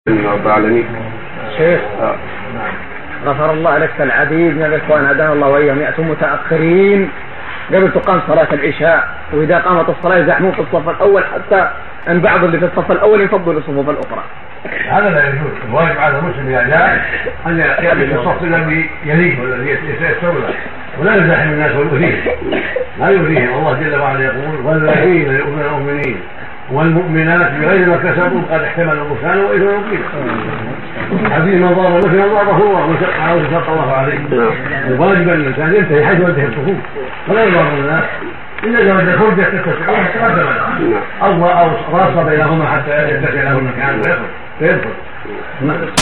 رب العالمين. شيخ غفر الله لك، العديد من الاخوان هدانا الله واياهم ياتون متاخرين قبل تقام صلاه العشاء، واذا قامت الصلاه يزحمون في الصف الاول حتى ان بعض اللي في الصف الاول يفضلوا الصفوف الاخرى. هذا لا يجوز. الواجب على المسلم اذا جاء ان يقف في الصف الذي يليه والذي يتيسر له، ولا يزاحم الناس ويؤذيهم. لا يؤذيهم. الله جل وعلا يقول: والذين يؤمنون المؤمنين والمؤمنات بغير ما كسبوا قد احتملوا بهتانا واثما مبينا. حديث من ضار مثل ضاره هو وشق الله عليه. الواجب ان الانسان ينتهي حيث ينتهي الصفوف ولا يضار الناس الا اذا وجد فرجه تتسع تقدم او راص بينهما حتى يتسع له المكان فيدخل.